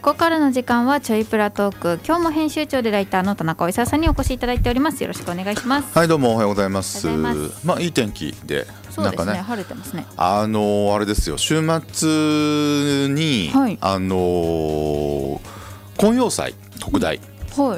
こからの時間はちょいプラトーク。今日も編集長でライターの田中おささんにお越しいただいております。よろしくお願いします。 はい、どうもおはようございます。まあいい天気で、 そうですね、晴れてますね。 あれですよ、週末に、 はい、 根葉菜特大、 はい、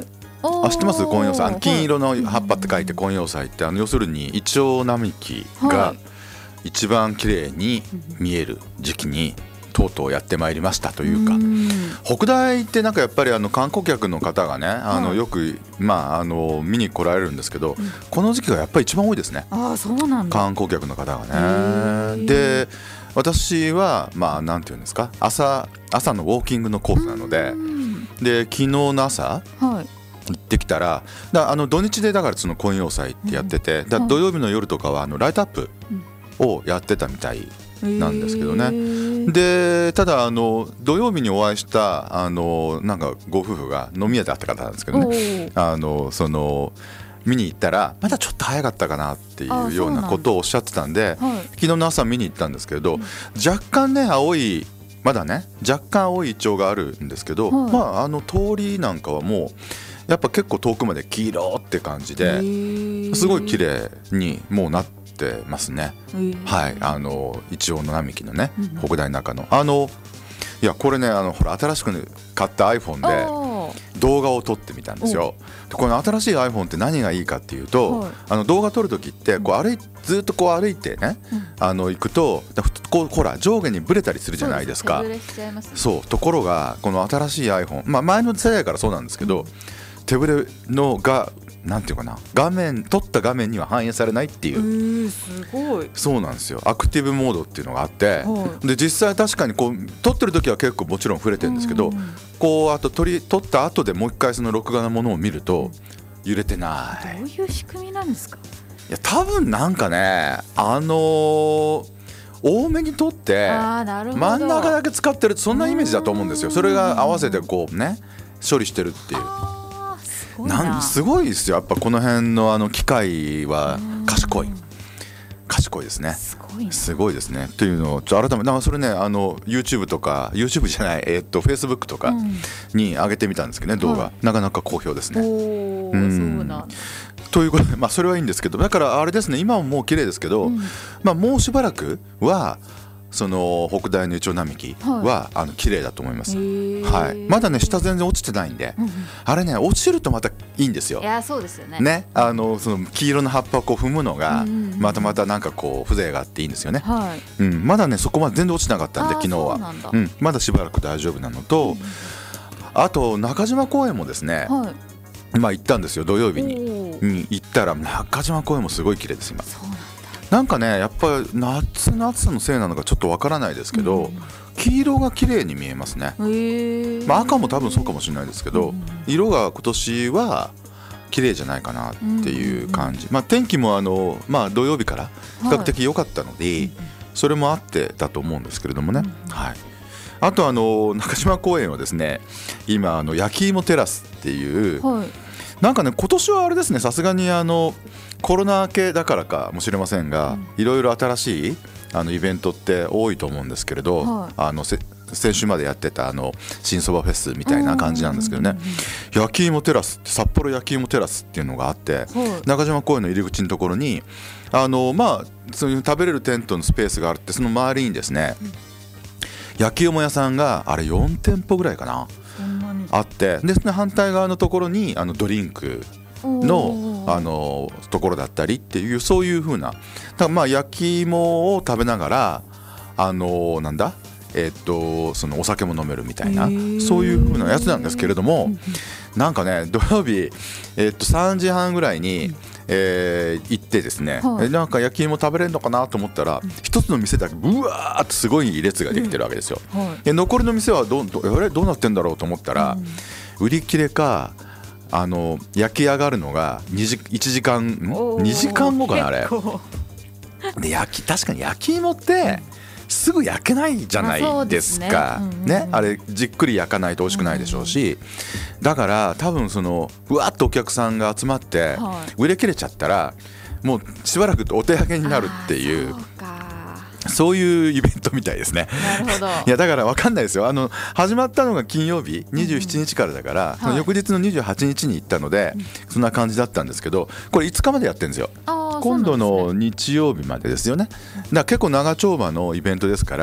知ってます？根葉菜、金色の葉っぱって書いて根葉菜って、要するにイチョウ並木が一番綺麗に見える時期にとうとうやってまいりましたというか、北大ってなんかやっぱり観光客の方がね、よく、見に来られるんですけど、この時期がやっぱり一番多いですね。 そうなんだ。 観光客の方がね。で、私はなんていうんですか、朝のウォーキングのコースなので、昨日の朝、行ってきたら、土日でだからその根葉祭ってやってて、土曜日の夜とかはライトアップをやってたみたいなんですけどね。でただ土曜日にお会いしたなんかご夫婦が飲み屋で会った方なんですけどね、見に行ったらまだちょっと早かったかなっていうようなことをおっしゃってたんで、昨日の朝見に行ったんですけど、若干ねまだね若干青いイチョウがあるんですけど、通りなんかはもうやっぱ結構遠くまで黄色って感じですごい綺麗にもうなってますね。はい、イチョウの並木のね、北大の中のいやこれねほら新しく買った iPhone で動画を撮ってみたんですよ。でこの新しい iPhone って何がいいかっていうと、動画撮るときってずっとこう歩いてね、行くとこうほら上下にブレたりするじゃないですか。そうところがこの新しい iPhone、前の世代からそうなんですけど、手ぶれのがなんていうかな、撮った画面には反映されないっていう、 すごい。 そうなんですよ。アクティブモードっていうのがあって、で実際確かにこう撮ってる時は結構もちろん触れてるんですけど、こうあと撮った後でもう一回その録画のものを見ると揺れてない。 どういう仕組みなんですか？ いや多分なんかね多めに撮って真ん中だけ使ってる、そんなイメージだと思うんですよ。それが合わせてこうね処理してるっていう。すごいですよ。やっぱこの辺の機械は賢いですね。すごいですね。というのを改めてそれねYouTube とか YouTube じゃないFacebook とかに上げてみたんですけどね、動画、なかなか好評ですね。そうなんということで、それはいいんですけど、だからあれですね、今ももう綺麗ですけど、もうしばらくはその北大のイチョウ並木は綺麗だと思います。はい、まだね下全然落ちてないんで、あれね落ちるとまたいいんですよ。 いやそうですよね。 その黄色の葉っぱをこう踏むのがまたなんかこう風情があっていいんですよね。まだねそこまで全然落ちなかったんで昨日はまだしばらく大丈夫なのと、あと中島公園もですね、行ったんですよ。土曜日に行ったら中島公園もすごい綺麗です今。なんかねやっぱり夏の暑さのせいなのかちょっとわからないですけど、黄色が綺麗に見えますね。赤も多分そうかもしれないですけど、色が今年は綺麗じゃないかなっていう感じ。天気も土曜日から比較的良かったので、それもあってだと思うんですけれどもね。あと中島公園はですね、今焼き芋テラスっていう、なんかね今年はあれですね、さすがにコロナ明けだからかもしれませんが、いろいろ新しいイベントって多いと思うんですけれど、先週までやってた新そばフェスみたいな感じなんですけどね、焼き芋テラス、札幌焼き芋テラスっていうのがあって、中島公園の入り口のところにそういう食べれるテントのスペースがあって、その周りにですね、焼き芋屋さんがあれ4店舗ぐらいかなあって、でその反対側のところにドリンクのところだったりっていう、そういう風な、焼き芋を食べながらなんだそのお酒も飲めるみたいな、そういう風なやつなんですけれども、なんかね土曜日3時半ぐらいに行ってですね、なんか焼き芋食べれるのかなと思ったら、一つの店だけブワーってすごい列ができてるわけですよ。で残りの店はどうなってんだろうと思ったら、売り切れか焼き上がるのが2時間後かなあれで。確かに焼き芋ってすぐ焼けないじゃないですか、あれじっくり焼かないと美味しくないでしょうし、だから多分うわっとお客さんが集まって売れ切れちゃったらもうしばらくお手上げになるっていうそういうイベントみたいですね。 なるほど。 いやだから分かんないですよ。始まったのが金曜日27日からだから、その翌日の28日に行ったので、そんな感じだったんですけど、これ5日までやってるんですよ。今度の日曜日までですよね。だから結構長丁場のイベントですから、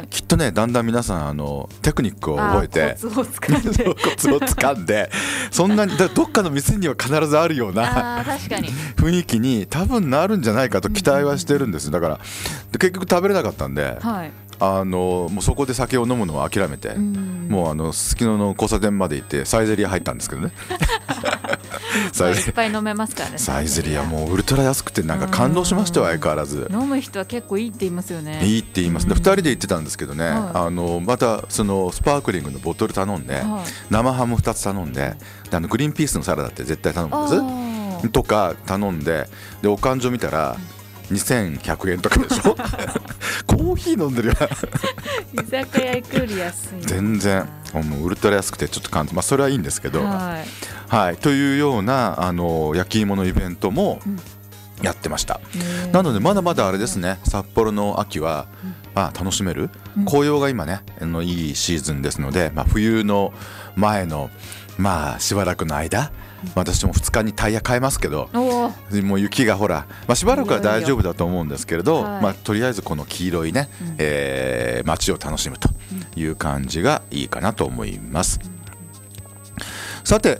きっとねだんだん皆さんテクニックを覚えてコツを掴んでそんなにどっかの店には必ずあるような雰囲気に多分なるんじゃないかと期待はしてるんです。だから結局食べれなかったんで、もうそこで酒を飲むのを諦めて、もうすすきのの交差点まで行ってサイゼリヤ入ったんですけどねいっぱい飲めますからね。 サイゼリヤもうウルトラ安くてなんか感動しましたよ。相変わらず飲む人は結構いいって言いますよね。 いいって言いますね。2人で行ってたんですけどね、またそのスパークリングのボトル頼んで、生ハム2つ頼んで、グリーンピースのサラダって絶対頼むんですとか頼んで、お勘定見たら2100円とかでしょコーヒー飲んでるよ居酒屋行くより安い。 全然もうウルトラ安くてちょっと感じ、それはいいんですけど、というような焼き芋のイベントもやってました。なのでまだまだあれですね、札幌の秋は楽しめる、紅葉が今ねいいシーズンですので、冬の前のしばらくの間、私も2日にタイヤ変えますけど、もう雪がほら、しばらくは大丈夫だと思うんですけれど、とりあえずこの黄色いね、街を楽しむという感じがいいかなと思います。さて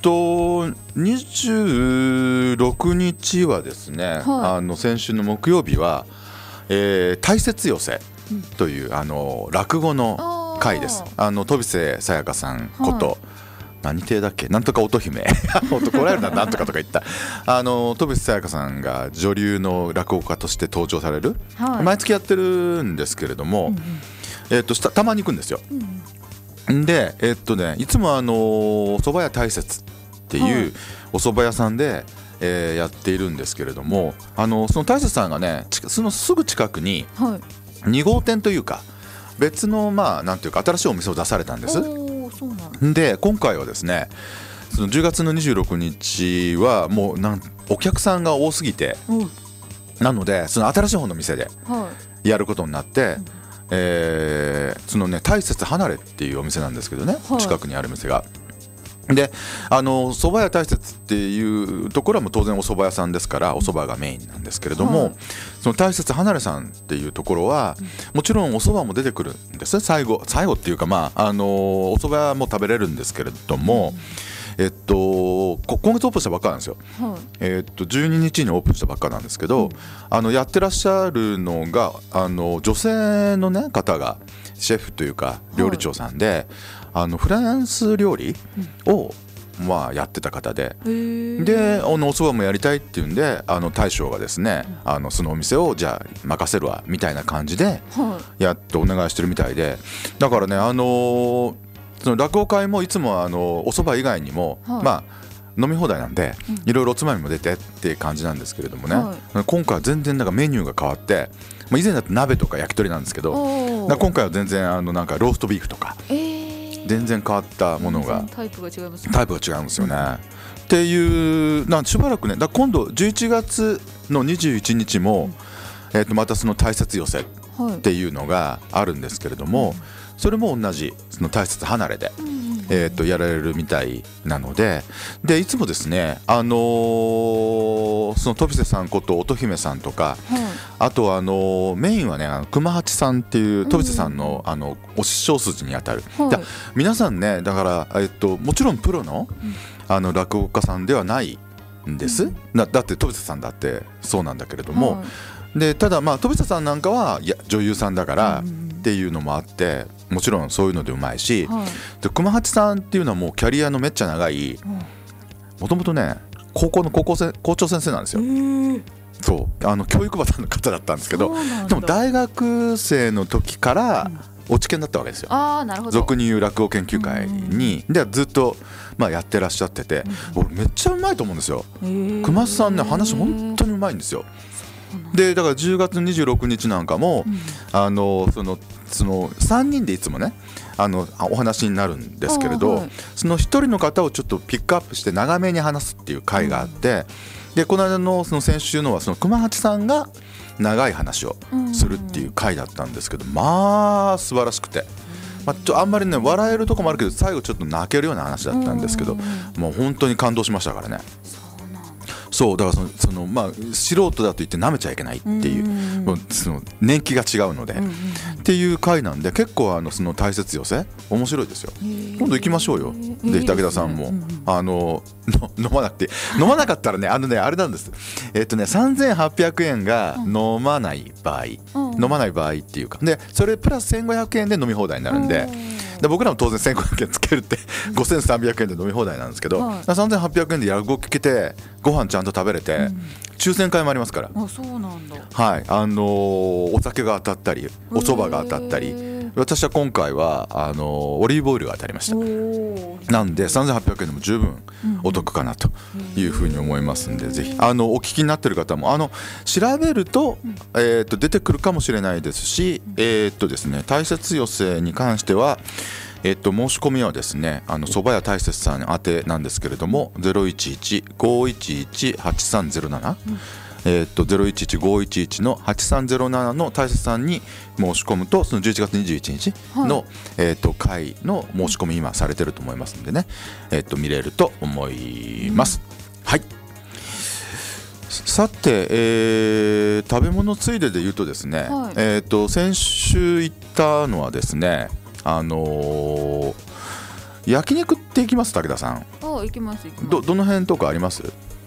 26日はですね、先週の木曜日は大雪寄せという落語の会です。飛瀬さやかさんこと、何亭だっけ、なんとか乙姫怒られるな、なんとかとか言った飛瀬さやかさんが女流の落語家として登場される、毎月やってるんですけれども、たまに行くんですよ。でいつもお蕎麦屋大雪っていうお蕎麦屋さんで、やっているんですけれども、その大雪さんがねそのすぐ近くに2号店というか別のなんていうか新しいお店を出されたんです。で今回はですね、その10月の26日はもうお客さんが多すぎて、なのでその新しい方の店でやることになって、そのね大雪離れっていうお店なんですけどね、近くにある店が。で蕎麦屋大雪っていうところはもう当然お蕎麦屋さんですからお蕎麦がメインなんですけれども、その大雪離れさんっていうところはもちろんお蕎麦も出てくるんですね。最後っていうかお蕎麦も食べれるんですけれども、今月オープンしたばっかなんですよ。12日にオープンしたばっかなんですけど、やってらっしゃるのが女性の、ね、方がシェフというか料理長さんで、フランス料理をやってた方で、お蕎麦もやりたいっていうんで大将がですねそのお店をじゃあ任せるわみたいな感じでやってお願いしてるみたいで、だからねその落語会もいつもお蕎麦以外にも、飲み放題なんでいろいろおつまみも出てっていう感じなんですけれどもね、今回は全然なんかメニューが変わって、以前だって鍋とか焼き鳥なんですけど、今回は全然なんかローストビーフとか、全然変わったものがタイプが違いますね。 タイプが違うんですよね、っていうしばらくね、今度11月の21日も、またその大雪寄せっていうのがあるんですけれども、それも同じその大雪離れで、やられるみたいなので、いつもですねその飛瀬さんこと乙姫さんとか、あとメインはね熊八さんっていう飛瀬さんのお師匠筋にあたる、皆さんねだから、もちろんプロの落語家さんではないんです、だって飛瀬さんだってそうなんだけれども、でただ飛瀬さんなんかは女優さんだからっていうのもあって、もちろんそういうのでうまいし、で熊八さんっていうのはもうキャリアのめっちゃ長い、もともとね校長先生なんですよ。そう教育場の方だったんですけど、でも大学生の時から落研だったわけですよ。俗に言う落語研究会に、でずっとやってらっしゃってて、僕めっちゃうまいと思うんですよ。熊八さんね話本当にうまいんですよ。でだから10月26日なんかも、その3人でいつもねお話になるんですけれど、その1人の方をちょっとピックアップして長めに話すっていう会があって、 でこの間のその先週のはその熊八さんが長い話をするっていう回だったんですけど、まあ素晴らしくて、あんまりね笑えるとこもあるけど最後ちょっと泣けるような話だったんですけど、もう本当に感動しましたからね。そうだからその素人だと言って舐めちゃいけないっていう、もうその年季が違うので、っていう回なんで結構その大切寄せ面白いですよ。今度行きましょうよ。で武田さんも飲まなくて飲まなかったらねあれなんです。3800円が飲まない場合、飲まない場合っていうかでそれプラス1500円で飲み放題になるんで。で僕らも当然1500円つけるって5300円で飲み放題なんですけど、3800円でやご聞けてご飯ちゃんと食べれて、抽選会もありますから。 そうなんだ。 はい、お酒が当たったりお蕎麦が当たったり、私は今回はオリーブオイルが当たりました。なんで3800円でも十分お得かなというふうに思いますんで、ぜひお聞きになってる方も調べると、出てくるかもしれないですし、ですね、大切寄せに関しては申し込みはですね蕎麦屋大切さん宛てなんですけれども 011-511-8307、011-511の8307の大切さんに申し込むとその11月21日の、会の申し込み今されてると思いますんでね、見れると思います。はい。さて、食べ物ついでで言うとですね、先週行ったのはですね焼肉って行きます？武田さん。 行きます。 どの辺とかあります？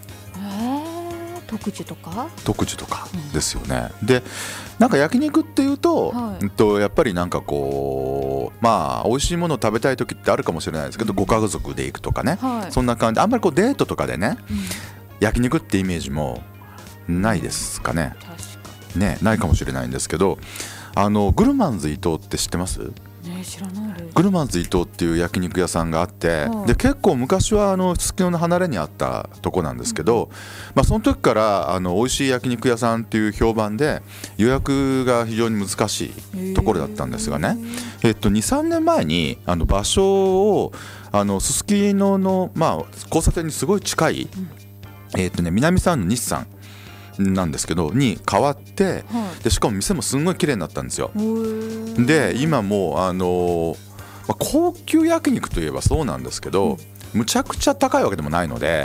徳寿とかですよね。でなんか焼肉っていうと、やっぱりなんかこう美味しいものを食べたい時ってあるかもしれないですけど、ご家族で行くとかね、そんな感じであんまりこうデートとかでね、焼肉ってイメージもないですかね。ね、ないかもしれないんですけどグルマンズ伊藤って知ってます？ 知らないです。 グルマンズ伊藤っていう焼肉屋さんがあって、で結構昔はすすきのの離れにあったとこなんですけど、その時から美味しい焼肉屋さんっていう評判で予約が非常に難しいところだったんですがね、2、3年前に場所をすすきのの、交差点にすごい近い、南三の日産なんですけどに変わって、でしかも店もすんごい綺麗になったんですよ。で今もう高級焼肉といえばそうなんですけど、むちゃくちゃ高いわけでもないので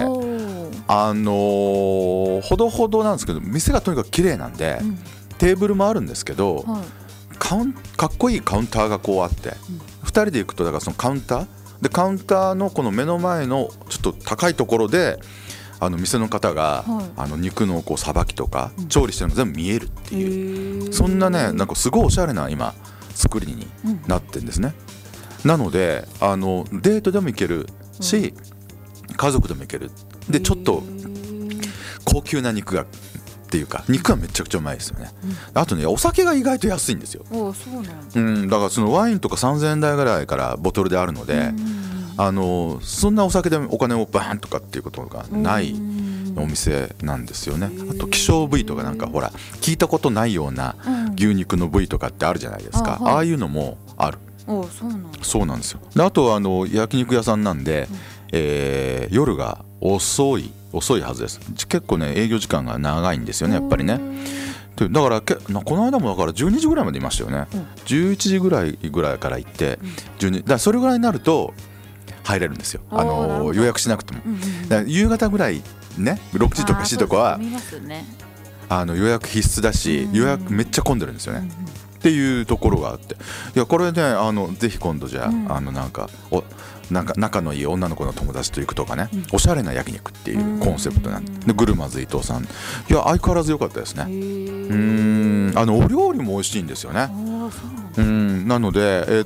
ほどほどなんですけど、店がとにかく綺麗なんで、テーブルもあるんですけど、かっこいいカウンターがこうあって、2人で行くとだからそのカウンターのこの目の前のちょっと高いところで店の方が、肉のこうさばきとか調理してるの全部見えるっていう、そんなねなんかすごいおしゃれな今作りになってるんですね。なのでデートでも行けるし、家族でも行ける。でちょっと高級な肉がっていうか肉はめちゃくちゃうまいですよね。あとねお酒が意外と安いんですよ。 そうなんだ。 だからそのワインとか3000円台ぐらいからボトルであるので、そんなお酒でお金をバーンとかっていうことがないお店なんですよね。あと希少部位とかなんかほら聞いたことないような牛肉の部位とかってあるじゃないですか。ああいうのもある。そうなんですよ。であと焼肉屋さんなんで、夜が遅いはずです。結構ね営業時間が長いんですよねやっぱりね。だからこの間もだから12時ぐらいまでいましたよね。11時ぐらいから行ってだからそれぐらいになると入れるんですよ。予約しなくても。だから夕方ぐらいね6時とか7時とかは予約必須だし、予約めっちゃ混んでるんですよね。っていうところがあって、いやこれねぜひ今度じゃあ、なんか仲のいい女の子の友達と行くとかね、おしゃれな焼肉っていうコンセプトなんで、グルマズ伊藤さん、いや相変わらず良かったですね。お料理も美味しいんですよね。なので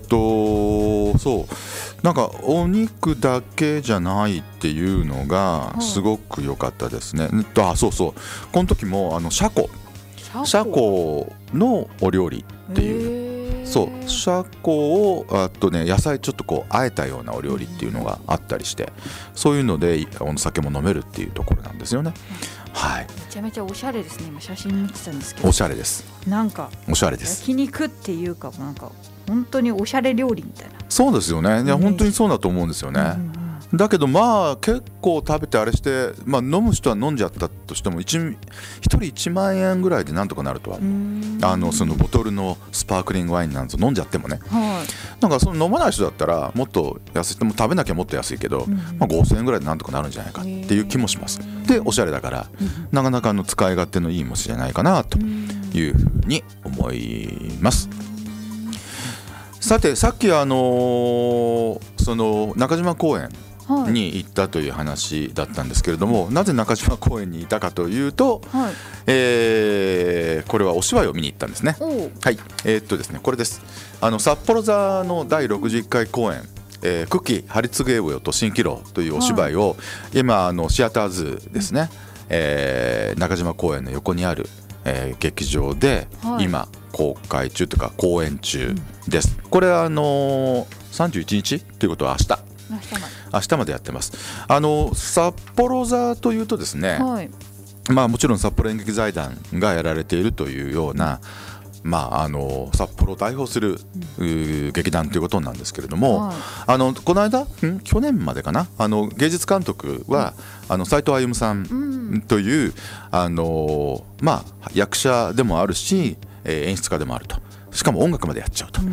そうなんかお肉だけじゃないっていうのがすごく良かったですね。そうこの時もシャコのお料理っていう、シャコを野菜ちょっとこう和えたようなお料理っていうのがあったりして、そういうのでお酒も飲めるっていうところなんですよね。はい、 めちゃめちゃおしゃれですね。今写真見てたんですけど、 おしゃれです。 なんかおしゃれです。 焼肉っていうかなんか本当におしゃれ料理みたいな。 そうですよね。いや本当にそうだと思うんですよね。 だけどまあ結構食べてあれして、まあ、飲む人は飲んじゃったとしても1人1万円ぐらいでなんとかなるとは思う。そのボトルのスパークリングワインなんぞ飲んじゃってもね、なんかその飲まない人だったらもっと安い、も食べなきゃもっと安いけど、まあ、5000円ぐらいでなんとかなるんじゃないかっていう気もします。でおしゃれだから、なかなか使い勝手のいいものじゃないかなというふうに思います。さてさっきその中島公園に行ったという話だったんですけれども、なぜ中島公園にいたかというと、これはお芝居を見に行ったんですね。はい、ですね、これです。札幌座の第61回公演、クキ張り告げよと蜃気楼というお芝居を、今シアターズですね、中島公園の横にある、劇場で今公開中というか公演中です。これは31日ということは明日までやってます。札幌座というとですね、まあ、もちろん札幌演劇財団がやられているというような、まあ、札幌を代表する、劇団ということなんですけれども、この間去年までかな、芸術監督は斉藤歩さんという、まあ、役者でもあるし、演出家でもあると、しかも音楽までやっちゃうと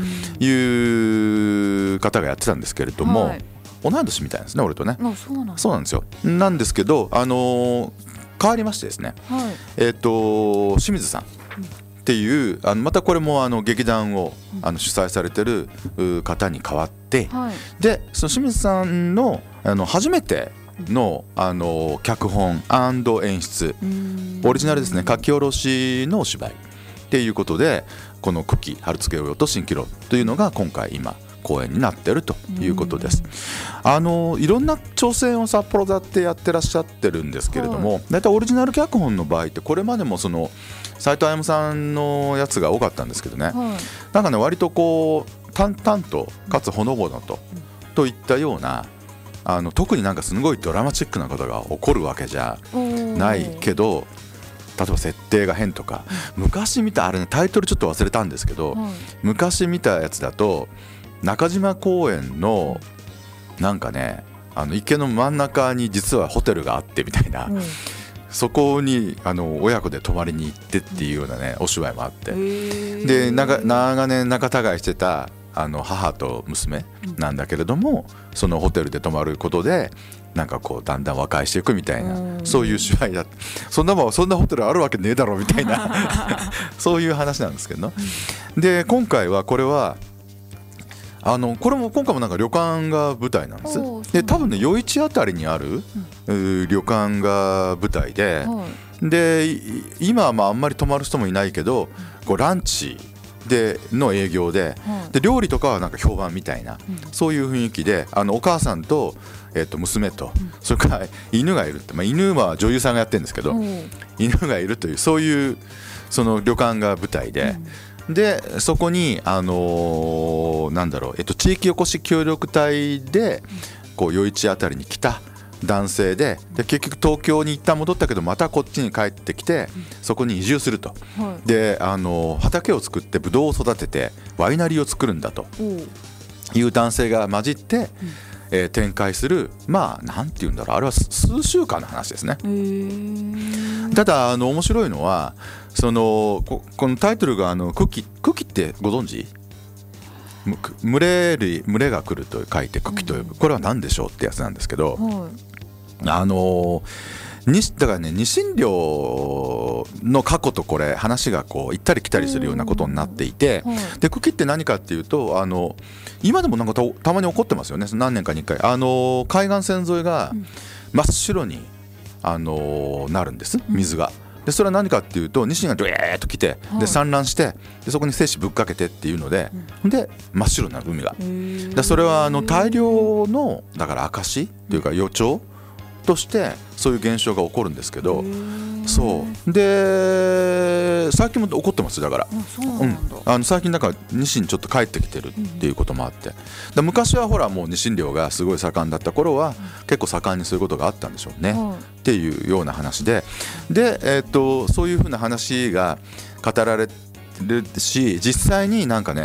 いう方がやってたんですけれども、同い年みたいですね、俺とね。そうなんですよ。なんですけど、変わりましてですね、清水さんっていうまたこれも劇団を主催されてる方に代わって、でその清水さんの初めての脚本&演出、オリジナルですね、書き下ろしのお芝居っていうことで、このクキ張り付けよと蜃気楼というのが今回今公演になっているということです。いろんな挑戦を札幌座ってやってらっしゃってるんですけれども、だいたいオリジナル脚本の場合ってこれまでもその斉藤歩さんのやつが多かったんですけどね、なんかね割とこう淡々とかつほのぼのといったような、特になんかすごいドラマチックなことが起こるわけじゃないけど、例えば設定が変とか、昔見たあれね、タイトルちょっと忘れたんですけど、昔見たやつだと中島公園のなんかね、池の真ん中に実はホテルがあってみたいな、そこに親子で泊まりに行ってっていうようなねお芝居もあって、で長年仲違いしてた母と娘なんだけれども、そのホテルで泊まることでなんかこうだんだん和解していくみたいな、そういう芝居だ。そんなホテルあるわけねえだろみたいなそういう話なんですけど、で今回はこれはこれも今回もなんか旅館が舞台なんです。で多分ね余市あたりにある、旅館が舞台で、で今はまああんまり泊まる人もいないけど、こうランチの営業で料理とかはなんか評判みたいな、そういう雰囲気でお母さんと、娘とそれから犬がいるって、まあ、犬は女優さんがやってるんですけど、犬がいるというそういうその旅館が舞台で、でそこになんだろう、地域おこし協力隊でこう余市あたりに来た男性で、結局東京に一旦戻ったけどまたこっちに帰ってきて、そこに移住すると、で畑を作ってブドウを育ててワイナリーを作るんだという男性が混じって、展開する、まあなんていうんだろう、あれは数週間の話ですね。ただ面白いのはこのタイトルがクキってご存知？群れが来ると書いてクキと呼ぶ、これは何でしょうってやつなんですけど、だからね、ニシン漁の過去とこれ話がこう行ったり来たりするようなことになっていて、でクキって何かっていうと、今でもなんかたまに起こってますよね。何年かに1回海岸線沿いが真っ白になるんです、水が。でそれは何かっていうと、ニシンがドゥエーッと来て、で産卵して、でそこに精子ぶっかけてっていうので、で真っ白になる海が。でそれは大量のだから証というか予兆としてそういう現象が起こるんですけど、そうで最近も起こってますよ。だから最近なんかニシンちょっと帰ってきてるっていうこともあって、で昔はほらもうニシン漁がすごい盛んだった頃は結構盛んにそういうことがあったんでしょうね、っていうような話で、そういうふうな話が語られるし、実際になんかね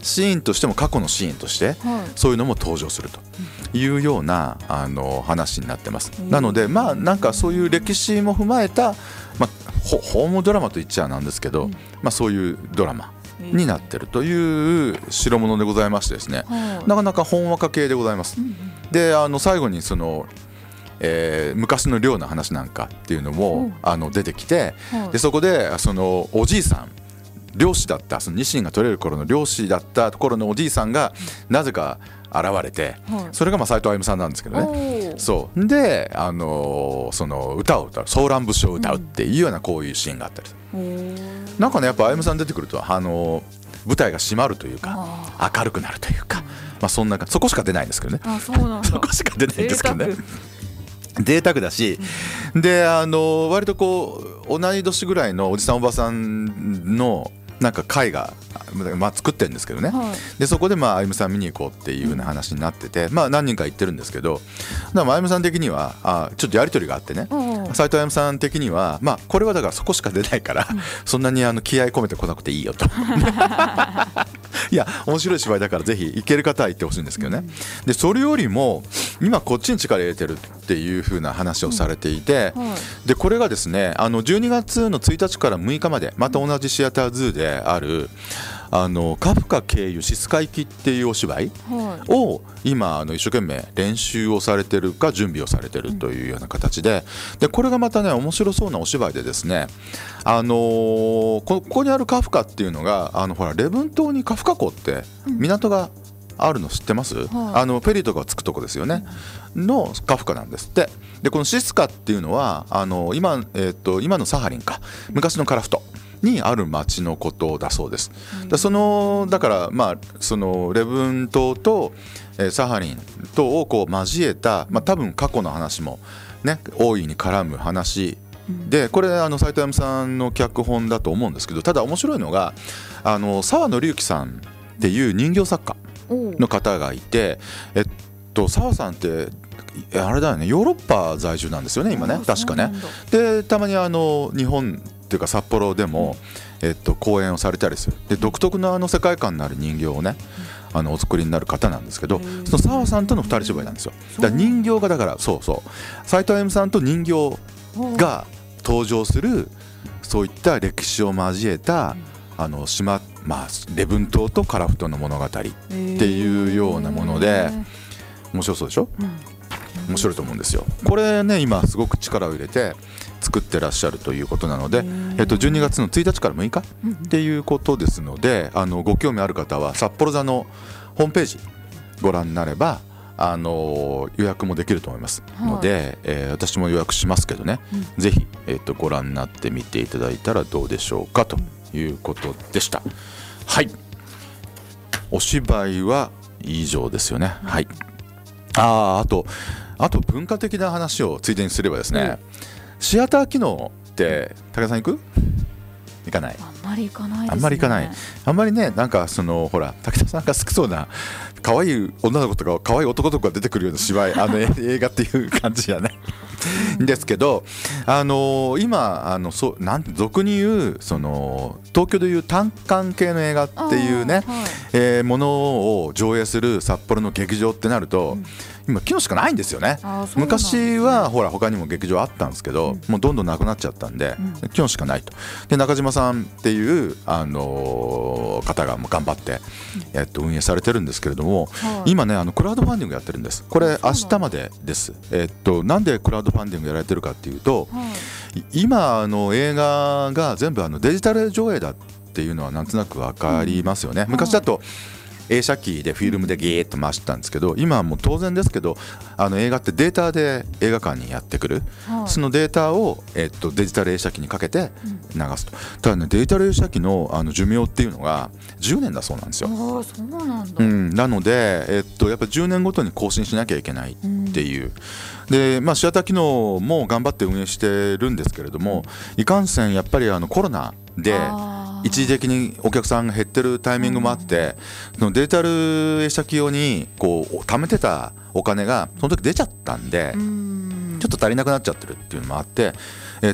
シーンとしても過去のシーンとして、そういうのも登場するというような話になってます。なのでなんかそういう歴史も踏まえた、ホームドラマと言っちゃなんですけど、そういうドラマになってるという代物でございましてですね、なかなかほんわか系でございます。で最後にその昔の漁の話なんかっていうのも出てきて、でそこでそのおじいさん、漁師だった、そのニシンが取れる頃の漁師だったところのおじいさんがなぜか現れて、それが斉藤歩さんなんですけどね。そうでその歌を歌う、ソーラン節を歌うっていうようなこういうシーンがあったりする。なんかねやっぱ歩さん出てくると舞台が締まるというか明るくなるというか、そんなそこしか出ないんですけどね。そこしか出ないんですけどね。贅沢だし、で割とこう同い年ぐらいのおじさんおばさんのなんか会が、作ってるんですけどね、でそこで歩さん見に行こうっていう風な話になってて、何人か行ってるんですけど、歩さん的にはちょっとやり取りがあってね、斉藤歩さん的にはこれはだからそこしか出ないから、そんなに気合い込めてこなくていいよといや面白い芝居だからぜひ行ける方は行ってほしいんですけどね。でそれよりも今こっちに力入れてるっていう風な話をされていて、でこれがですね12月の1日から6日までまた同じシアターズーであるカフカ経由シスカ行きっていうお芝居を今一生懸命練習をされてるか準備をされてるというような形で、これがまたね面白そうなお芝居でですね、ここにあるカフカっていうのがほら礼文島にカフカ港って港があるの知ってます？フェリーとかがつくとこですよね、のカフカなんですって。でこのシスカっていうのは今のサハリンか、昔のカラフトにある町のことだそうです。だからその礼文島とサハリンとをこう交えた、多分過去の話もね大いに絡む話で、これ斉藤歩さんの脚本だと思うんですけど、ただ面白いのが澤紀之さんっていう人形作家の方がいて、澤さんってあれだよね、ヨーロッパ在住なんですよね今ね、確かね。でたまに日本っていうか札幌でも、公演をされたりする。で独特の世界観のある人形をねお作りになる方なんですけど、その澤さんとの二人芝居なんですよ。だから人形がだから斉藤歩さんと人形が登場する、そういった歴史を交えた礼文島とカラフトの物語っていうようなもので、面白そうでしょ、面白いと思うんですよ。これね今すごく力を入れて作ってらっしゃるということなので、12月の1日から6日っていうことですので、ご興味ある方は札幌座のホームページご覧になれば予約もできると思いますので、私も予約しますけどね、ぜひ、ご覧になってみていただいたらどうでしょうかということでした。はい、お芝居は以上ですよね。はい、あと文化的な話をついでにすればですね、シアター機能って武田さん行く？行かない？ あんまり行かないですね。 あんまり行かない。あんまりね、なんかほら武田さんが好きそうな可愛い女の子とか可愛い男とかが出てくるような芝居映画っていう感じじゃないですけど、今なんて俗に言う東京でいう単館系の映画っていうね、ものを上映する札幌の劇場ってなると、今機能しかないんですよね。昔はほら他にも劇場あったんですけど、もうどんどんなくなっちゃったんで、機能しかないと。で中島さんっていう方がもう頑張って、運営されてるんですけれども、今ねクラウドファンディングやってるんです。これ明日までです。なんでクラウドファンディングやられてるかっていうと、今映画が全部デジタル上映だっていうのはなんとなく分かりますよね。昔だと映写機でフィルムでギーッと回してたんですけど、今はもう当然ですけど映画ってデータで映画館にやってくる、そのデータを、デジタル映写機にかけて流すと。ただねデジタル映写機の寿命っていうのが10年だそうなんですよ。 そうなんだ。 なので、やっぱ10年ごとに更新しなきゃいけないっていう、でシアター機能も頑張って運営してるんですけれども、いかんせんやっぱりコロナで一時的にお客さんが減ってるタイミングもあって、そのデジタル映写機用にこう貯めてたお金がその時出ちゃったんで、ちょっと足りなくなっちゃってるっていうのもあって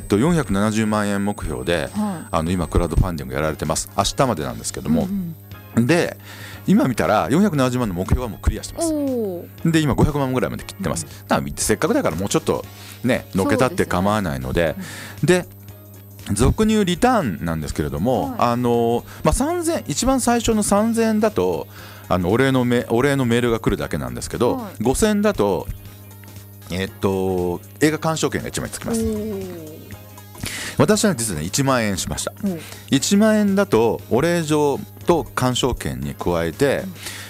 、470万円目標で、今クラウドファンディングやられてます。明日までなんですけども、 で今見たら470万の目標はもうクリアしてます。で今500万ぐらいまで切ってます。だからせっかくだからもうちょっとねのけたって構わないので、で俗に言うリターンなんですけれども、3000一番最初の3000円だとお礼のメールが来るだけなんですけど、5000円だと映画鑑賞券が1枚つきます。私は実はね1万円しました。1万円だとお礼状と鑑賞券に加えて、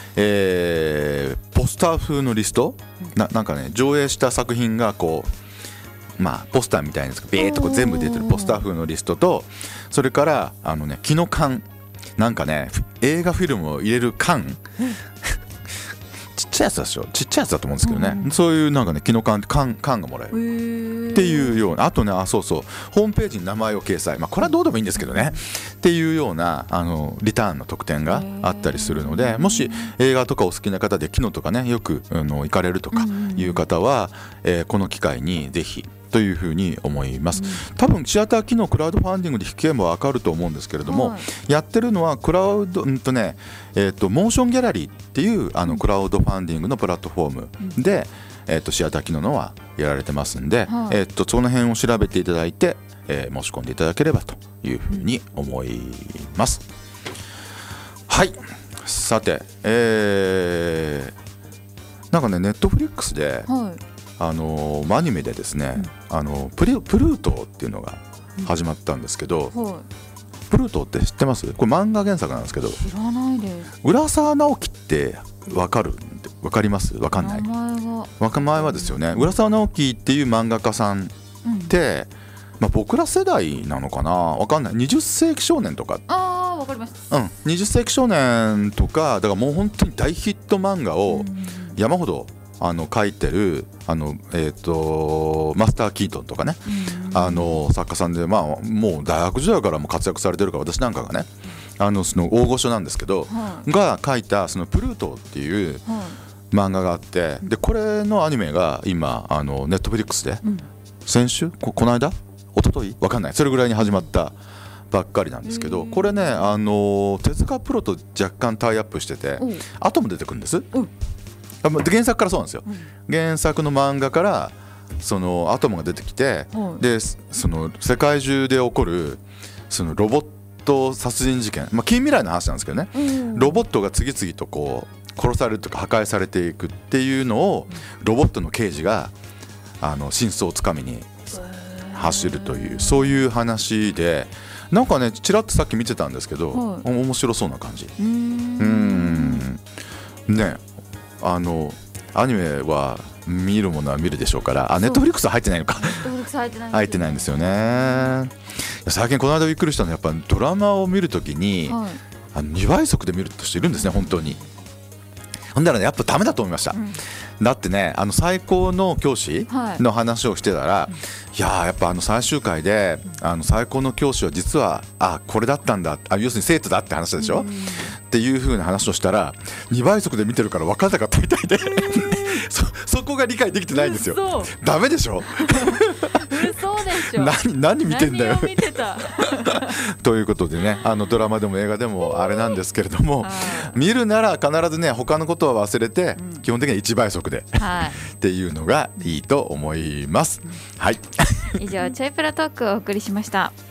ポスター風のリスト、なんかね上映した作品がこうポスターみたいなやつがビーッとこう全部出てるポスター風のリストと、それから木の缶、なんかね映画フィルムを入れる缶ちっちゃいやつでしょ、ちっちゃいやつだと思うんですけどね、そういうなんかね木の缶がもらえるっていうような、あとねそうそうホームページに名前を掲載、これはどうでもいいんですけどねっていうようなリターンの特典があったりするので、もし映画とかお好きな方でキノとかねよく行かれるとかいう方は、この機会にぜひというふうに思います。多分シアター機能クラウドファンディングで引けば分かると思うんですけれども、やってるのはクラウドモーションギャラリーっていうクラウドファンディングのプラットフォームで、シアター機能のはやられてますんで、その辺を調べていただいて、申し込んでいただければというふうに思います。はい、さて、なんかねネットフリックスで、アニメでですね、プルートっていうのが始まったんですけど、プルートって知ってます？これ漫画原作なんですけど。 知らないです。 浦沢直樹ってわかります？わかんない。名前はですよね、浦沢直樹っていう漫画家さんって、僕ら世代なのかな、わかんない。20世紀少年とか、 わかります。 20世紀少年とかだからもう本当に大ヒット漫画を山ほど書いてるマスター・キートンとかね、作家さんで、もう大学時代からも活躍されてるから、私なんかがねその大御所なんですけど、が書いたそのプルートっていう漫画があって、でこれのアニメが今ネットフリックスで、先週この間一昨日わかんない、それぐらいに始まったばっかりなんですけど、これね手塚プロと若干タイアップしてて、後も出てくるんです。原作からそうなんですよ、原作の漫画からそのアトムが出てきて、でその世界中で起こるそのロボット殺人事件、近未来の話なんですけどね、ロボットが次々とこう殺されるとか破壊されていくっていうのをロボットの刑事が真相をつかみに走るという、そういう話で、なんかねちらっとさっき見てたんですけど、面白そうな感じ。ね、アニメは見るものは見るでしょうから、ネットフリックスは入ってないのか。入ってないんですよね。最近この間びっくりしたのは、やっぱドラマを見るときに、2倍速で見る人いるんですね、本当に。ほんだらね、やっぱダメだと思いました、だってね最高の教師の話をしてたら、いややっぱ最終回で最高の教師は実はこれだったんだ、要するに生徒だって話でしょ、っていう風な話をしたら、2倍速で見てるから分からなかったみたいでそこが理解できてないんですよ。ダメでしょ嘘でしょ何見てんだよ何を見てたということでね、ドラマでも映画でもあれなんですけれども、見るなら必ずね他のことは忘れて、基本的には1倍速で、っていうのがいいと思います。はい以上ちょいプラトークをお送りしました。